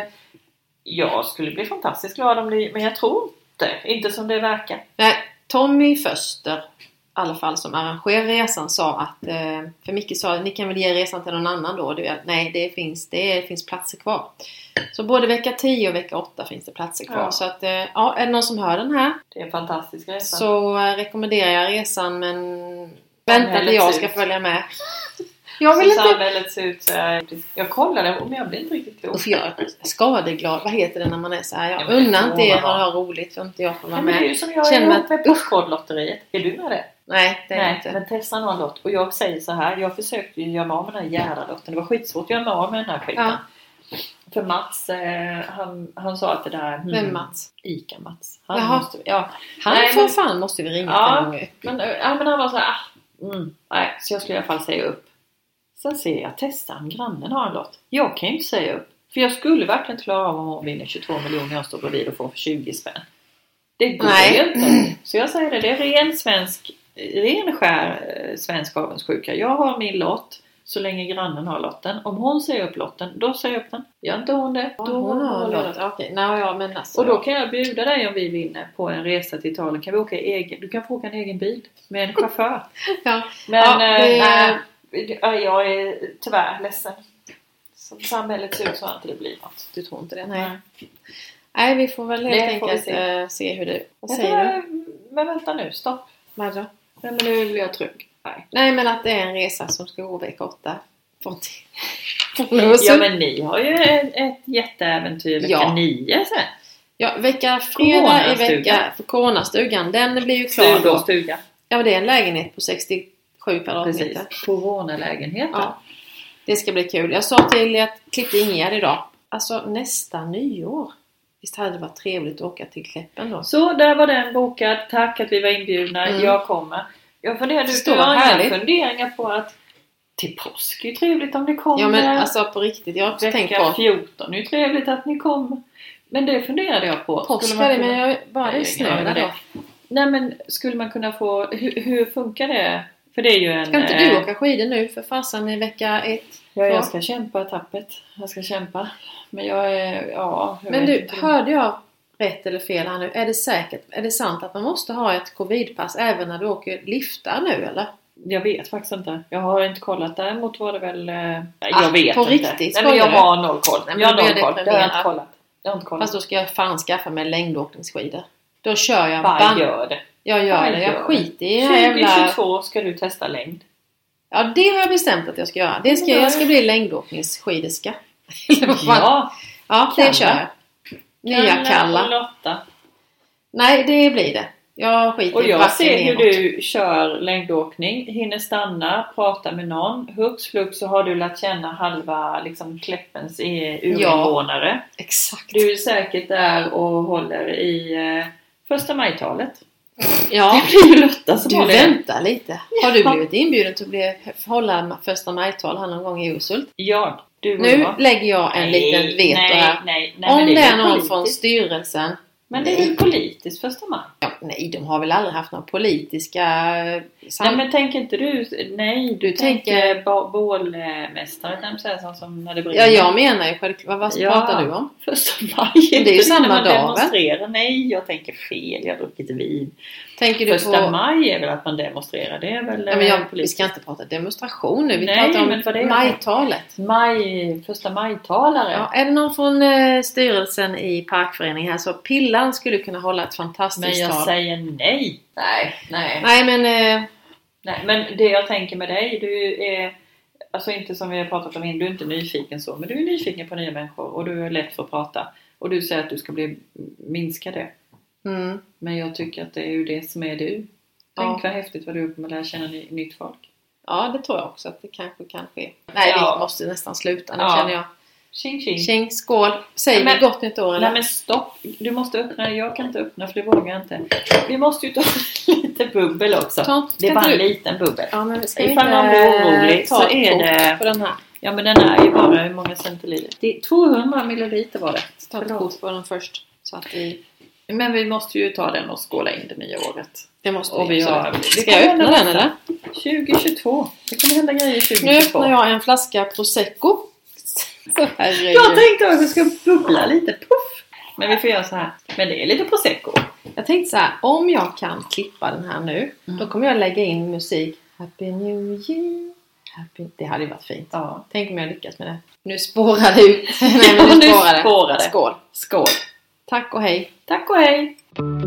jag skulle bli fantastiskt glad om det... Men jag tror inte. Inte som det verkar. Nej, Tommy Förster... I alla fall som arrangerar resan sa att... Eh, för Micke sa, ni kan väl ge resan till någon annan då? Du, nej, det finns, det finns platser kvar. Så både vecka tio och vecka åtta finns det platser kvar. Ja. Så att, eh, ja, är det någon som hör den här? Det är en fantastisk resa. Så eh, rekommenderar jag resan, men... Vänta till jag ska följa med. Jag vill så inte... samhället ser ut så här. Jag kollade men jag blir inte riktigt klok. Och jag är skadeglad. Vad heter det när man är så här? Jag ja, unnar inte er att ha roligt för inte jag får vara ja, med. Men det är ju som jag är ihop med Postkodlotteriet. Är du med det? Nej, det är Nej, inte. Men testa någon lott. Och jag säger så här. Jag försökte ju göra mig av med den här jävla lotten. Det var skitsvårt att göra mig av med den här skiten. Ja. För Mats, eh, han, han sa att det där... Vem mm, Mats? Ica Mats. Han Jaha. måste, ja. Han Nej, får men, fan måste vi ringa ja, till men, ja, men han var så här... Ah, mm, nej, så jag skulle i alla fall säga upp. Sen ser jag, testa en grannen har en lott. Jag kan ju inte säga upp. För jag skulle verkligen klara av om hon vinner tjugotvå miljoner jag står bredvid och får för tjugo spänn. Det går Nej. ju inte. Så jag säger det, det är ren svensk, ren skär svensk avundsjuka. Jag har min lott så länge grannen har lotten. Om hon säger upp lotten, då säger jag upp den. Gör inte hon det, då ja, hon har lott. Okej, nej, ja, men alltså, och då kan jag bjuda dig om vi vinner på en resa till Italien. Kan vi åka i egen, du kan få åka en egen bil med en chaufför. Ja. Men ja, det... äh, jag är tyvärr ledsen. Som samhället ser ut så att det blir något. Du tror inte det? Nej. Nej, vi får väl helt enkelt se. se hur det... Vad säger du? Men vänta nu, stopp. Vad då? Nej, men nu blir jag trygg. Nej. Nej, men att det är en resa som ska gå vecka åtta. Ja, men ni har ju ett, ett jätteäventyr vecka ja. nio sen. Ja, vecka fredag i vecka för coronastugan. Den blir ju klar Stuga då. Stuga. Ja, det är en lägenhet på sextiosju kvadratmeter. Precis. Coronalägenhet. Ja. Det ska bli kul. Jag sa till att klippte Ingegärd idag. Alltså nästa nyår. Visst hade det varit trevligt att åka till Kläppen då. Så där var den bokad. Tack att vi var inbjudna. Mm. Jag kommer. Jag funderar, du har inga funderingar på att till påsk är ju trevligt om det kommer. Ja, men alltså på riktigt. Jag har också tänkt på. fjorton är ju trevligt att ni kommer. Men det funderade jag på. Påsk är det, men jag bara det snöar då. Nej, men skulle man kunna få... Hur, hur funkar det? För det är ju en... Ska inte du åka skidor nu för fasen i vecka ett? Ja, jag ska kämpa tappet. Jag ska kämpa. Men jag är... Ja, jag men du, hörde jag rätt eller fel här nu? Är det säkert, är det sant att man måste ha ett covidpass även när du åker liftar nu, eller? Jag vet faktiskt inte. Jag har inte kollat. Däremot var det väl... Jag ah, vet på inte. riktigt, Nej, men jag har noll koll. Nej, jag har noll koll. Det har jag inte kollat. Jag har inte kollat. Fast då ska jag fan skaffa mig längdåkningsskidor. Då kör jag... Bara band. gör det. Jag gör Bara det. Jag gör skiter i tjugo tjugotvå ska du testa längd. Ja, det har jag bestämt att jag ska göra. Det ska, jag ska bli längdåkningsskiderska. Ja. Ja, det kör jag. Nya Kalla. Lotta. Nej, det blir det. Jag skiter Och i jag ser hur neråt. du kör längdåkning. Hinner stanna, prata med någon. Hux flux så har du lärt känna halva liksom, Kläppens urinvånare. Ja, exakt. Du är säkert där och håller i eh, första majtalet. Ja, det blir ju Lotta som du har det. väntar lite. Har du blivit inbjuden till att bli, hålla första majtal här någon gång i Osult? Ja, du Nu jag. lägger jag en nej, liten veto nej, här. Nej, nej, om det det är är någon politiskt. från styrelsen Men det är ju politiskt första maj. Ja, nej, de har väl aldrig haft några politiska sam- Nej, men tänker inte du... Nej, du, Du tänker, tänker- ba- bålmästare, kan man säga, som, som när det brinner. Ja, jag menar ju självklart. Vad Ja. pratar du om? Första maj. Men det är ju samma när man dag, va? demonstrerar. Nej, jag tänker fel. Jag har druckit vin. Tänker du Första på... maj är väl att man demonstrerar. Det är väl Ja, men jag, eh, vi politiskt. ska inte prata demonstration nu. Vi Nej, pratar men vad det om är- majtalet. Maj, första majtalare. Ja, är det någon från eh, styrelsen i parkföreningen här så Pillan skulle kunna hålla ett fantastiskt Men jag tal. säger nej. Nej, nej. Nej, men... Eh, Nej, men det jag tänker med dig, du är, alltså inte som vi har pratat om innan, du är inte nyfiken så, men du är nyfiken på nya människor och du är lätt för att prata. Och du säger att du ska bli, minska det. mm, Men jag tycker att det är ju det som är du. Tänk Ja. vad häftigt vad du kommer lära känna ny, nytt folk. ja, det tror jag också att det kanske kan ske. Nej, Ja. vi måste nästan sluta nu Ja. känner jag. Tjing tjing. Tjing, skål. Säger Men- vi gott nytt år eller? Nej men stopp, du måste öppna, jag kan inte öppna för det vågar jag inte. Vi måste ju ta lite bubbel också. Ta- Det är ska bara en inte du- liten bubbel. Ja, men ska vi Ifall inte man blir orolig ta så ett är kort det- på den här? Ja men den är ju bara, hur många centiliter? Det är tvåhundra milliliter var det. Ta ett Förlåt. kort på den först. Så att vi... Men vi måste ju ta den och skåla in det nya året. Det måste Och vi vi absolut. har, Ska jag öppna den eller? tjugohundratjugotvå. Det kommer hända grejer Nu tjugohundratjugotvå. öppnar jag en flaska Prosecco. Så herregud. Jag tänkte att vi ska bubbla lite. Puff. Men vi får göra så här. Men det är lite prosecco. Jag tänkte så här, om jag kan klippa den här nu, Mm. då kommer jag lägga in musik. Happy New Year. Happy... Det hade ju varit fint. Ja. Tänk om jag lyckas med det. Nu spårar det ut. Nej, men Ja, nu nu spårar det. spårar det. Skål. Skål. Tack och hej. Tack och hej.